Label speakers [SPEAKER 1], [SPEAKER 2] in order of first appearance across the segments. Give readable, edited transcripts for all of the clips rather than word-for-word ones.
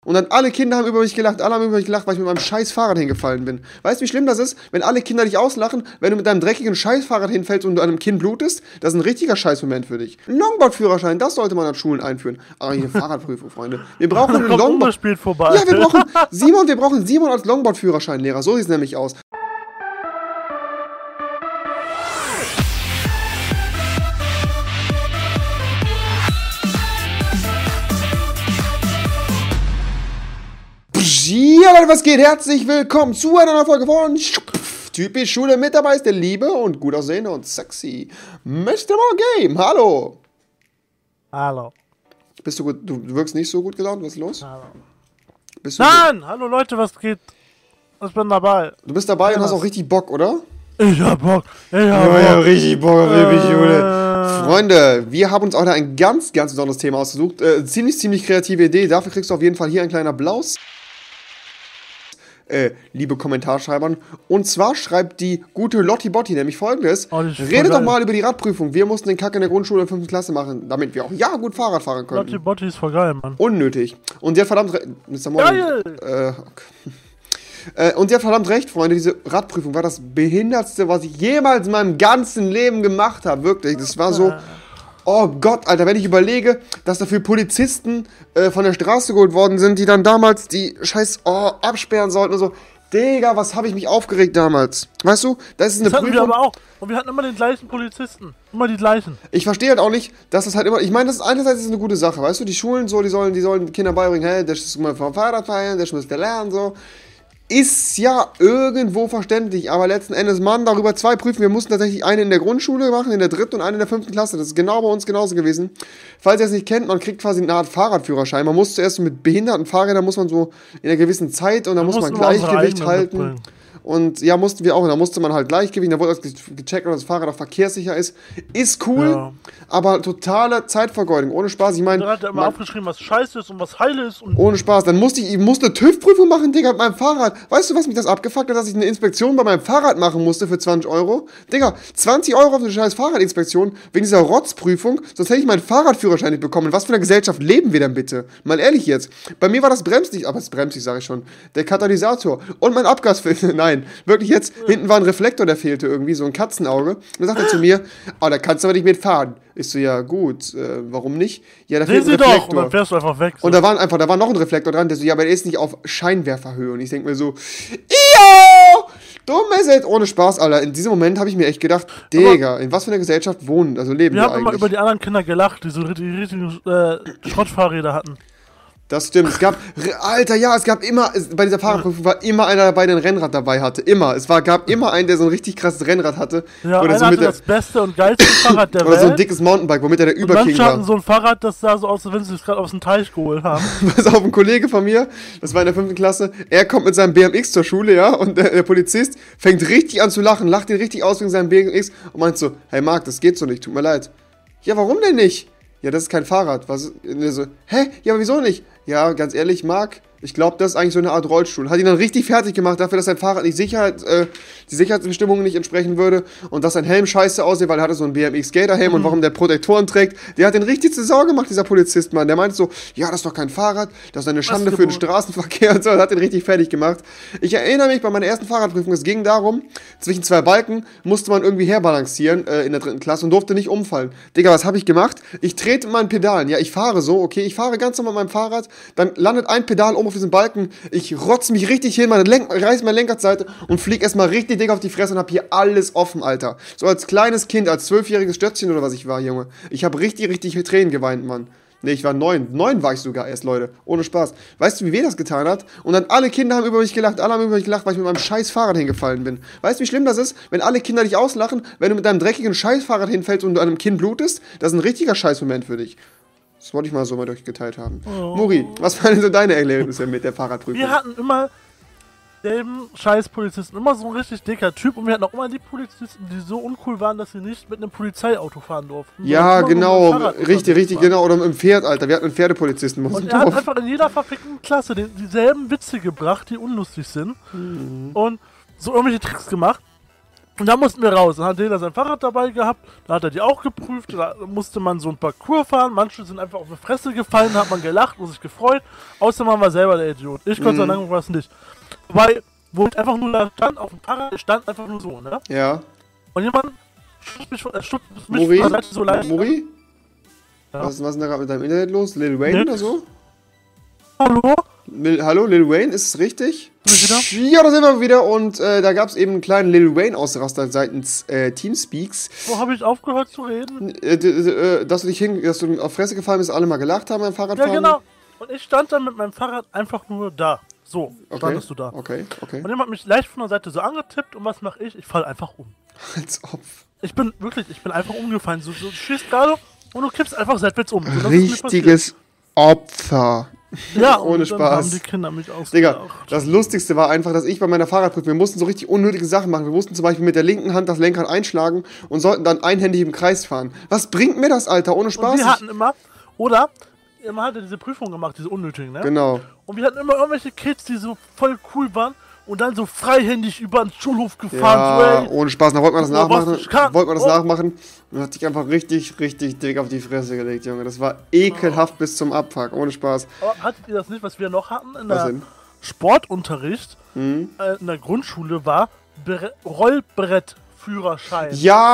[SPEAKER 1] Und dann alle Kinder haben über mich gelacht, alle haben über mich gelacht, weil ich mit meinem scheiß Fahrrad hingefallen bin. Weißt du, wie schlimm das ist, wenn alle Kinder dich auslachen, wenn du mit deinem dreckigen Scheißfahrrad hinfällst und du an einem Kinn blutest? Das ist ein richtiger Scheißmoment für dich. Ein Longboard-Führerschein, das sollte man an Schulen einführen. Aber hier Fahrradprüfung, Freunde. Wir brauchen einen Longboard.
[SPEAKER 2] Spielt vorbei.
[SPEAKER 1] Ja, wir brauchen Simon als Longboard-Führerscheinlehrer. So sieht es nämlich aus. Ja, Leute, was geht? Herzlich willkommen zu einer neuen Folge von Typisch Schule. Mit dabei ist der liebe und gut aussehende und sexy Mr. More Game. Hallo.
[SPEAKER 2] Hallo.
[SPEAKER 1] Bist du gut? Du wirkst nicht so gut gelaunt. Was ist los?
[SPEAKER 2] Hallo.
[SPEAKER 1] Bist du
[SPEAKER 2] Nein! Hallo Leute, was geht? Ich bin dabei.
[SPEAKER 1] Du bist dabei und hast auch richtig Bock, oder?
[SPEAKER 2] Ich hab Bock.
[SPEAKER 1] Ja, richtig Bock auf Typisch Schule. Freunde, wir haben uns heute ein ganz besonderes Thema ausgesucht. Ziemlich kreative Idee. Dafür kriegst du auf jeden Fall hier einen kleinen Applaus. Liebe Kommentarschreibern. Und zwar schreibt die gute Lotti Botti nämlich folgendes. Redet doch mal über die Radprüfung. Wir mussten den Kack in der Grundschule in 5. Klasse machen, damit wir auch gut Fahrrad fahren können.
[SPEAKER 2] Lotti Botti ist voll geil, Mann.
[SPEAKER 1] Unnötig. Und der verdammt Mr. Morgan. Und der hat verdammt recht, Freunde. Diese Radprüfung war das Behindertste, was ich jemals in meinem ganzen Leben gemacht habe. Wirklich. Das war so... Oh Gott, Alter, wenn ich überlege, dass dafür Polizisten von der Straße geholt worden sind, die dann damals die scheiß absperren sollten und so. Digga, was habe ich mich aufgeregt damals. Weißt du, das ist eine
[SPEAKER 2] Prüfung. Das hatten wir aber auch. Und wir hatten immer den gleichen Polizisten. Immer die gleichen.
[SPEAKER 1] Ich verstehe halt auch nicht, dass das halt immer... Ich meine, das ist einerseits eine gute Sache, weißt du? Die Schulen so, die sollen Kindern beibringen, hey, das ist mal vom Fahrrad fahren, das müsst ihr lernen, so. Ist ja irgendwo verständlich, aber letzten Endes, Mann, darüber 2 prüfen. Wir mussten tatsächlich eine in der Grundschule machen, in der 3. und eine in der 5. Klasse. Das ist genau bei uns genauso gewesen. Falls ihr es nicht kennt, man kriegt quasi eine Art Fahrradführerschein. Man muss zuerst mit behinderten Fahrrädern, muss man so in einer gewissen Zeit und dann muss man Gleichgewicht halten. Und ja, mussten wir auch. Und da musste man halt Gleichgewicht. Da wurde alles gecheckt, ob das Fahrrad auch verkehrssicher ist. Ist cool, aber totale Zeitvergeudung. Ohne Spaß. Ich meine.
[SPEAKER 2] Da hat er immer aufgeschrieben, was scheiße ist und was heile ist. Und
[SPEAKER 1] ohne Spaß. Dann musste ich eine TÜV-Prüfung machen, Digga, mit meinem Fahrrad. Weißt du, was mich das abgefuckt hat, dass ich eine Inspektion bei meinem Fahrrad machen musste für 20 Euro? Digga, 20 Euro auf eine scheiß Fahrradinspektion wegen dieser Rotzprüfung. Sonst hätte ich meinen Fahrradführerschein nicht bekommen. In was für einer Gesellschaft leben wir denn bitte? Mal ehrlich jetzt. Bei mir war das bremslicht, aber es bremslicht, sage ich schon. Der Katalysator und mein Abgasfilter. Nein. Wirklich jetzt, hinten war ein Reflektor, der fehlte irgendwie, so ein Katzenauge. Und dann sagt er zu mir, da kannst du aber nicht mitfahren. Ich so, ja gut, warum nicht? Ja, da fehlt ein Reflektor. Doch, und dann
[SPEAKER 2] fährst du einfach weg. So.
[SPEAKER 1] Und da war noch ein Reflektor dran, der so, ja, aber der ist nicht auf Scheinwerferhöhe. Und ich denke mir so, ja, dumme ist jetzt ohne Spaß, Alter. In diesem Moment habe ich mir echt gedacht, Digga, in was für einer Gesellschaft leben wir eigentlich?
[SPEAKER 2] Wir haben immer über die anderen Kinder gelacht, die so die richtigen Schrottfahrräder hatten.
[SPEAKER 1] Das stimmt. Es gab immer, bei dieser Fahrradprüfung war immer einer dabei, der ein Rennrad dabei hatte. Immer. Gab immer einen, der so ein richtig krasses Rennrad hatte.
[SPEAKER 2] Ja, oder einer so hatte das beste und geilste Fahrrad der Welt.
[SPEAKER 1] Oder so ein dickes Mountainbike, womit er der Überking war.
[SPEAKER 2] Manche hatten so ein Fahrrad, das sah so aus, als wenn sie es gerade aus dem Teich geholt haben.
[SPEAKER 1] Pass auf, ein Kollege von mir, das war in der 5. Klasse, er kommt mit seinem BMX zur Schule, ja, und der Polizist fängt richtig an zu lachen, lacht ihn richtig aus wegen seinem BMX und meint so, hey Marc, das geht so nicht, tut mir leid. Ja, warum denn nicht? Ja, das ist kein Fahrrad. Was? Und er so, hä? Ja, aber wieso nicht? Ja, ganz ehrlich, Marc, ich glaube, das ist eigentlich so eine Art Rollstuhl. Hat ihn dann richtig fertig gemacht dafür, dass sein Fahrrad nicht die Sicherheitsbestimmungen nicht entsprechen würde und dass sein Helm scheiße aussieht, weil er hatte so einen BMX-Skater-Helm und warum der Protektoren trägt. Der hat den richtig zur Sau gemacht, dieser Polizist, Mann. Der meinte so, ja, das ist doch kein Fahrrad, das ist eine Schande für den Straßenverkehr und so. Das hat den richtig fertig gemacht. Ich erinnere mich, bei meiner ersten Fahrradprüfung, es ging darum, zwischen 2 Balken musste man irgendwie herbalancieren in der 3. Klasse und durfte nicht umfallen. Digga, was habe ich gemacht? Ich trete mit meinen Pedalen. Ja, ich fahre so, okay, ich fahre ganz normal mit meinem Fahrrad, dann landet ein Pedal oben auf diesem Balken, ich rotze mich richtig hin, reiß meine Lenkerseite und flieg erstmal richtig dick auf die Fresse und hab hier alles offen, Alter. So als kleines Kind, als 12-jähriges Stötzchen oder was ich war, Junge. Ich hab richtig Tränen geweint, Mann. Ne, ich war 9. 9 war ich sogar erst, Leute. Ohne Spaß. Weißt du, wie weh das getan hat? Und dann alle Kinder haben über mich gelacht, weil ich mit meinem scheiß Fahrrad hingefallen bin. Weißt du, wie schlimm das ist, wenn alle Kinder dich auslachen, wenn du mit deinem dreckigen Scheißfahrrad hinfällst und du an einem Kinn blutest? Das ist ein richtiger Scheißmoment für dich. Das wollte ich mal so mit euch geteilt haben. Oh. Muri, was waren denn so deine Erlebnisse mit der Fahrradprüfung?
[SPEAKER 2] Wir hatten immer selben Scheiß-Polizisten, immer so ein richtig dicker Typ und wir hatten auch immer die Polizisten, die so uncool waren, dass sie nicht mit einem Polizeiauto fahren durften.
[SPEAKER 1] Ja, genau, richtig, genau, oder mit dem Pferd, Alter. Wir hatten einen Pferdepolizisten.
[SPEAKER 2] Und er hat einfach in jeder verfickten Klasse dieselben Witze gebracht, die unlustig sind und so irgendwelche Tricks gemacht. Und da mussten wir raus. Dann hat jeder sein Fahrrad dabei gehabt, da hat er die auch geprüft, da musste man so ein Parcours fahren, manche sind einfach auf die Fresse gefallen, da hat man gelacht und sich gefreut, außer man war selber der Idiot. Ich Gott sei Dank war es nicht. Weil, wo ich einfach nur da stand, auf dem Fahrrad, ich stand einfach nur so, ne?
[SPEAKER 1] Ja.
[SPEAKER 2] Und jemand stupst mich von
[SPEAKER 1] Muri?
[SPEAKER 2] der Seite so leicht.
[SPEAKER 1] Muri?
[SPEAKER 2] Ja.
[SPEAKER 1] Was ist denn da gerade mit deinem Internet los? Lil Wayne oder so?
[SPEAKER 2] Hallo?
[SPEAKER 1] Hallo, Lil Wayne, ist es richtig?
[SPEAKER 2] Sind wir wieder?
[SPEAKER 1] Ja, da sind wir wieder und da gab es eben einen kleinen Lil Wayne-Ausraster seitens Teamspeaks.
[SPEAKER 2] Wo habe ich aufgehört zu reden?
[SPEAKER 1] Dass du auf Fresse gefallen bist, alle mal gelacht haben beim Fahrradfahren.
[SPEAKER 2] Ja, genau. Und ich stand dann mit meinem Fahrrad einfach nur da. So, standest du da.
[SPEAKER 1] Okay.
[SPEAKER 2] Und jemand hat mich leicht von der Seite so angetippt und was mache ich? Ich falle einfach um.
[SPEAKER 1] Als ob.
[SPEAKER 2] Ich bin einfach umgefallen. Du schießt gerade und du kippst einfach seitwärts um. So,
[SPEAKER 1] richtiges Opfer.
[SPEAKER 2] Ja,
[SPEAKER 1] ohne
[SPEAKER 2] und dann
[SPEAKER 1] Spaß.
[SPEAKER 2] haben die Kinder mich ausgelacht.
[SPEAKER 1] Digga, das Lustigste war einfach, dass ich bei meiner Fahrradprüfung, wir mussten so richtig unnötige Sachen machen. Wir mussten zum Beispiel mit der linken Hand das Lenkrad einschlagen und sollten dann einhändig im Kreis fahren. Was bringt mir das, Alter? Ohne Spaß.
[SPEAKER 2] Und wir hatten immer, oder? Man hatte diese Prüfung gemacht, diese unnötigen, ne?
[SPEAKER 1] Genau.
[SPEAKER 2] Und wir hatten immer irgendwelche Kids, die so voll cool waren und dann so freihändig über den Schulhof gefahren.
[SPEAKER 1] Ja,
[SPEAKER 2] so, ey,
[SPEAKER 1] ohne Spaß. Da wollte man das nachmachen.
[SPEAKER 2] Wollte man
[SPEAKER 1] Nachmachen und hat sich einfach richtig dick auf die Fresse gelegt, Junge. Das war ekelhaft bis zum Abfuck. Ohne Spaß.
[SPEAKER 2] Aber hattet ihr das nicht, was wir noch hatten? In
[SPEAKER 1] Was
[SPEAKER 2] der
[SPEAKER 1] denn?
[SPEAKER 2] Sportunterricht in der Grundschule war Rollbrettführerschein.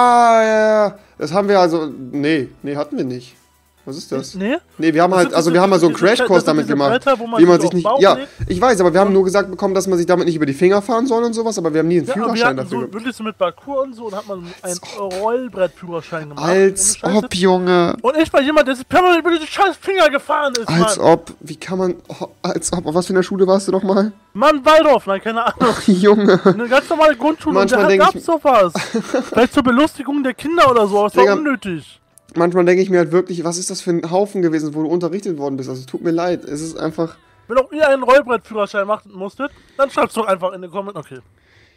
[SPEAKER 1] Ja. Das haben wir also. Nee, hatten wir nicht. Was ist das?
[SPEAKER 2] Nee?
[SPEAKER 1] Nee, wir haben halt, also wir haben mal so einen Crashkurs damit gemacht.
[SPEAKER 2] Bretter, wo man
[SPEAKER 1] wie man
[SPEAKER 2] sich
[SPEAKER 1] sich nicht.
[SPEAKER 2] auf den
[SPEAKER 1] Ja,
[SPEAKER 2] Bauch legt.
[SPEAKER 1] ich weiß, aber wir haben nur gesagt bekommen, dass man sich damit nicht über die Finger fahren soll und sowas, aber wir haben nie einen
[SPEAKER 2] Ja, aber wir
[SPEAKER 1] Führerschein
[SPEAKER 2] hatten
[SPEAKER 1] dafür
[SPEAKER 2] so, wirklich so mit Parcours und so und hat man einen Rollbrettführerschein gemacht.
[SPEAKER 1] Als
[SPEAKER 2] Ohne Scheiße.
[SPEAKER 1] ob, Junge.
[SPEAKER 2] Und ich war jemand, der sich permanent über diese scheiß Finger gefahren ist,
[SPEAKER 1] Als
[SPEAKER 2] Mann.
[SPEAKER 1] ob. Wie kann man. Als ob. Auf was für einer Schule warst du nochmal?
[SPEAKER 2] Mann, Waldorf, nein, keine Ahnung.
[SPEAKER 1] Junge.
[SPEAKER 2] Eine ganz normale Grundschule und
[SPEAKER 1] Manchmal
[SPEAKER 2] da
[SPEAKER 1] denk
[SPEAKER 2] gab's
[SPEAKER 1] ich-
[SPEAKER 2] sowas. Vielleicht zur Belustigung der Kinder oder so, aber es war
[SPEAKER 1] Digga.
[SPEAKER 2] unnötig.
[SPEAKER 1] Manchmal denke ich mir halt wirklich, was ist das für ein Haufen gewesen, wo du unterrichtet worden bist. Also tut mir leid. Es ist einfach.
[SPEAKER 2] Wenn auch ihr einen Rollbrettführerschein machen musstet, dann schreibt's doch einfach in den Kommentaren. Okay.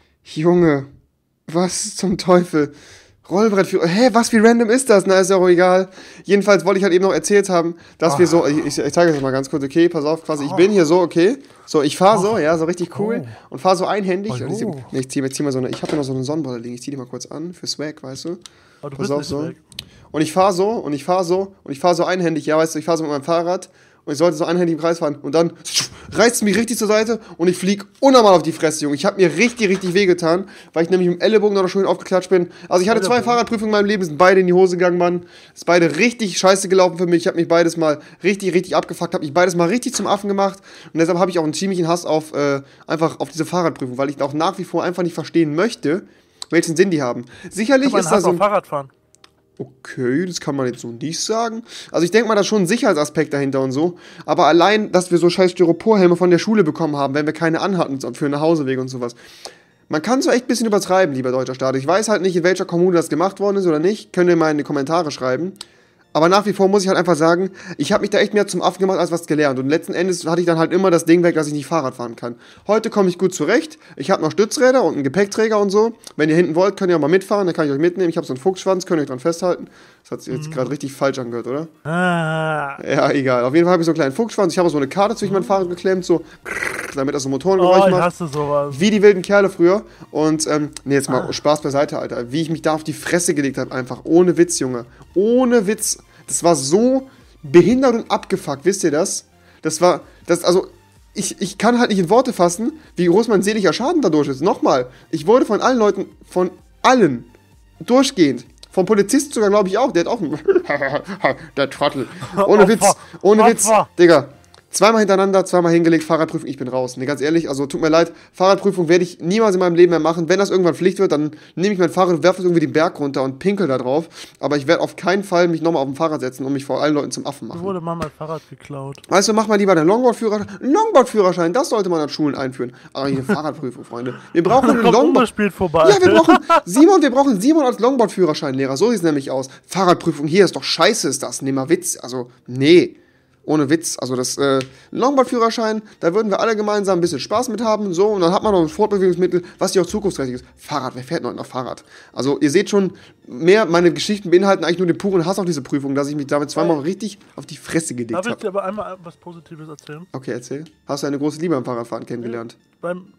[SPEAKER 1] Junge. Was zum Teufel? Rollbrettführer. Hä, was, wie random ist das? Na, ist ja auch egal. Jedenfalls wollte ich halt eben noch erzählt haben, dass wir so, ich zeige das mal ganz kurz, okay, pass auf, quasi, ich bin hier so, okay, so, ich fahre so, ja, so richtig cool und fahre so einhändig. Und ich zieh mal so eine, ich habe hier noch so eine Sonnenbrille liegen, ich zieh die mal kurz an, für Swag, weißt du?
[SPEAKER 2] Aber du
[SPEAKER 1] Pass
[SPEAKER 2] bist
[SPEAKER 1] auf,
[SPEAKER 2] nicht
[SPEAKER 1] so.
[SPEAKER 2] weg.
[SPEAKER 1] Und ich fahre so, und ich fahre so, und ich fahre so einhändig, ja, weißt du, ich fahre so mit meinem Fahrrad und ich sollte so einhändig im Kreis fahren und dann reißt es mich richtig zur Seite und ich flieg unnormal auf die Fresse, Junge. Ich habe mir richtig wehgetan, weil ich nämlich mit dem Ellenbogen noch schön aufgeklatscht bin. Also ich hatte 2 Fahrradprüfungen in meinem Leben, sind beide in die Hose gegangen, Mann. Ist beide richtig scheiße gelaufen für mich. Ich habe mich beides mal richtig abgefuckt, habe mich beides mal richtig zum Affen gemacht und deshalb habe ich auch einen ziemlichen Hass auf einfach auf diese Fahrradprüfung, weil ich auch nach wie vor einfach nicht verstehen möchte, welchen Sinn die haben. Sicherlich ist da so ein
[SPEAKER 2] Fahrradfahren.
[SPEAKER 1] Okay, das kann man jetzt so nicht sagen. Also ich denke mal, da ist schon ein Sicherheitsaspekt dahinter und so. Aber allein, dass wir so scheiß Styroporhelme von der Schule bekommen haben, wenn wir keine anhatten für Nachhausewege und sowas. Man kann so echt ein bisschen übertreiben, lieber deutscher Staat. Ich weiß halt nicht, in welcher Kommune das gemacht worden ist oder nicht. Könnt ihr mal in die Kommentare schreiben. Aber nach wie vor muss ich halt einfach sagen, ich habe mich da echt mehr zum Affen gemacht als was gelernt. Und letzten Endes hatte ich dann halt immer das Ding weg, dass ich nicht Fahrrad fahren kann. Heute komme ich gut zurecht. Ich habe noch Stützräder und einen Gepäckträger und so. Wenn ihr hinten wollt, könnt ihr auch mal mitfahren, dann kann ich euch mitnehmen. Ich habe so einen Fuchsschwanz, könnt ihr euch dran festhalten. Das hat sich jetzt gerade richtig falsch angehört, oder?
[SPEAKER 2] Ah.
[SPEAKER 1] Ja, egal. Auf jeden Fall habe ich so einen kleinen Fuchsschwanz. Ich habe so eine Karte zwischen mein Fahrrad geklemmt, so, damit das so Motorengeräusch
[SPEAKER 2] Oh, ich
[SPEAKER 1] macht.
[SPEAKER 2] hasse sowas.
[SPEAKER 1] Wie die wilden Kerle früher. Und, nee, jetzt mal Spaß beiseite, Alter. Wie ich mich da auf die Fresse gelegt habe, einfach. Ohne Witz, Junge. Ohne Witz. Das war so behindert und abgefuckt, wisst ihr das? Also, ich kann halt nicht in Worte fassen, wie groß mein seelischer Schaden dadurch ist. Nochmal, ich wurde von allen Leuten, von allen, durchgehend, vom Polizist sogar, glaube ich auch, der hat auch der Trottel. Ohne Witz, Digga. Zweimal hintereinander, zweimal hingelegt, Fahrradprüfung, ich bin raus. Ne, ganz ehrlich, also tut mir leid, Fahrradprüfung werde ich niemals in meinem Leben mehr machen. Wenn das irgendwann Pflicht wird, dann nehme ich mein Fahrrad und werfe es irgendwie den Berg runter und pinkel da drauf. Aber ich werde auf keinen Fall mich nochmal auf dem Fahrrad setzen und mich vor allen Leuten zum Affen machen.
[SPEAKER 2] Mir wurde mal mein Fahrrad geklaut.
[SPEAKER 1] Weißt du, mach mal lieber den Longboard-Führerschein. Longboard-Führerschein, das sollte man an Schulen einführen. Aber hier Fahrradprüfung, Freunde. Wir brauchen einen Longboard.
[SPEAKER 2] Spielt vorbei.
[SPEAKER 1] Ja, wir brauchen Simon als Longboard-Führerscheinlehrer. So sieht es nämlich aus. Fahrradprüfung hier ist doch scheiße, ist das. Nee, mal Witz. Also, nee. Ohne Witz, also das Longboard-Führerschein, da würden wir alle gemeinsam ein bisschen Spaß mit haben, so, und dann hat man noch ein Fortbewegungsmittel, was ja auch zukunftsträchtig ist. Fahrrad, wer fährt noch Fahrrad? Also ihr seht schon, meine Geschichten beinhalten eigentlich nur den puren Hass auf diese Prüfung, dass ich mich damit zweimal richtig auf die Fresse gelegt
[SPEAKER 2] Darf ich
[SPEAKER 1] habe.
[SPEAKER 2] dir aber einmal was Positives erzählen?
[SPEAKER 1] Okay, erzähl. Hast du eine große Liebe am Fahrradfahren kennengelernt?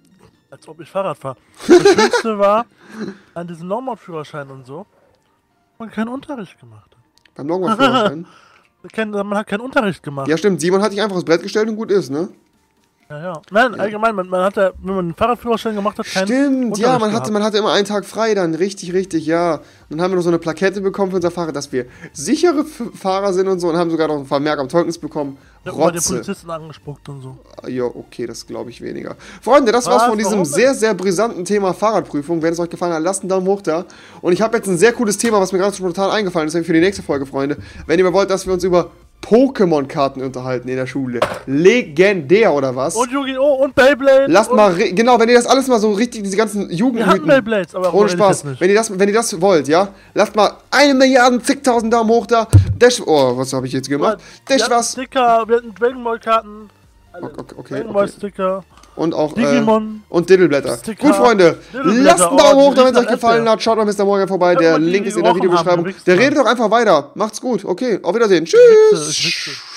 [SPEAKER 2] Als ob ich Fahrrad fahre. Das Schönste war, an diesem Longboard-Führerschein und so, man keinen Unterricht gemacht hat.
[SPEAKER 1] Beim Longboard-Führerschein?
[SPEAKER 2] Man hat keinen Unterricht gemacht.
[SPEAKER 1] Ja, stimmt. Simon hat dich einfach aufs Brett gestellt und gut ist, ne?
[SPEAKER 2] Ja. Nein, allgemein, man hat ja, wenn man einen Fahrradführerschein gemacht hat, keinen
[SPEAKER 1] Stimmt,
[SPEAKER 2] Unterricht
[SPEAKER 1] ja,
[SPEAKER 2] gehabt.
[SPEAKER 1] man hatte immer einen Tag frei dann. Richtig, ja. Und dann haben wir noch so eine Plakette bekommen für unser Fahrrad, dass wir sichere Fahrer sind und so. Und haben sogar noch ein Vermerk am Zeugnis bekommen.
[SPEAKER 2] Ich hab mal den
[SPEAKER 1] Rotze.
[SPEAKER 2] Polizisten angespuckt und so.
[SPEAKER 1] Ja, okay, das glaube ich weniger. Freunde, das war's von diesem
[SPEAKER 2] Warum
[SPEAKER 1] sehr, sehr brisanten Thema Fahrradprüfung. Wenn es euch gefallen hat, lasst einen Daumen hoch da. Und ich habe jetzt ein sehr cooles Thema, was mir gerade spontan eingefallen ist, für die nächste Folge, Freunde. Wenn ihr mal wollt, dass wir uns über Pokémon-Karten unterhalten in der Schule. Legendär, oder was?
[SPEAKER 2] Und Yu-Gi-Oh! Und Beyblade!
[SPEAKER 1] Lasst mal, genau, wenn ihr das alles mal so richtig, diese ganzen
[SPEAKER 2] Wir hatten
[SPEAKER 1] Jugendmythen,
[SPEAKER 2] Beyblades, aber
[SPEAKER 1] ohne Spaß, wenn ihr das wollt, ja, lasst mal 1 Milliarde, zigtausend Daumen hoch da. Was habe ich jetzt gemacht?
[SPEAKER 2] Wir hatten Sticker, wir hatten Dragon Ball Karten.
[SPEAKER 1] Okay.
[SPEAKER 2] Dragon Ball Sticker.
[SPEAKER 1] Und auch
[SPEAKER 2] Digimon.
[SPEAKER 1] Und Diddleblätter.
[SPEAKER 2] Sticker.
[SPEAKER 1] Gut, Freunde,
[SPEAKER 2] Diddleblätter,
[SPEAKER 1] lasst einen Daumen hoch,
[SPEAKER 2] die
[SPEAKER 1] wenn es euch
[SPEAKER 2] riechen
[SPEAKER 1] gefallen
[SPEAKER 2] nach
[SPEAKER 1] hat. Schaut mal Mr. Morgan vorbei,
[SPEAKER 2] Schaut
[SPEAKER 1] der
[SPEAKER 2] mal, die
[SPEAKER 1] Link ist in
[SPEAKER 2] gerochen
[SPEAKER 1] der Videobeschreibung.
[SPEAKER 2] haben,
[SPEAKER 1] Der
[SPEAKER 2] wir
[SPEAKER 1] redet doch einfach weiter. Macht's gut, okay, auf Wiedersehen.
[SPEAKER 2] Ich wichse.
[SPEAKER 1] Tschüss.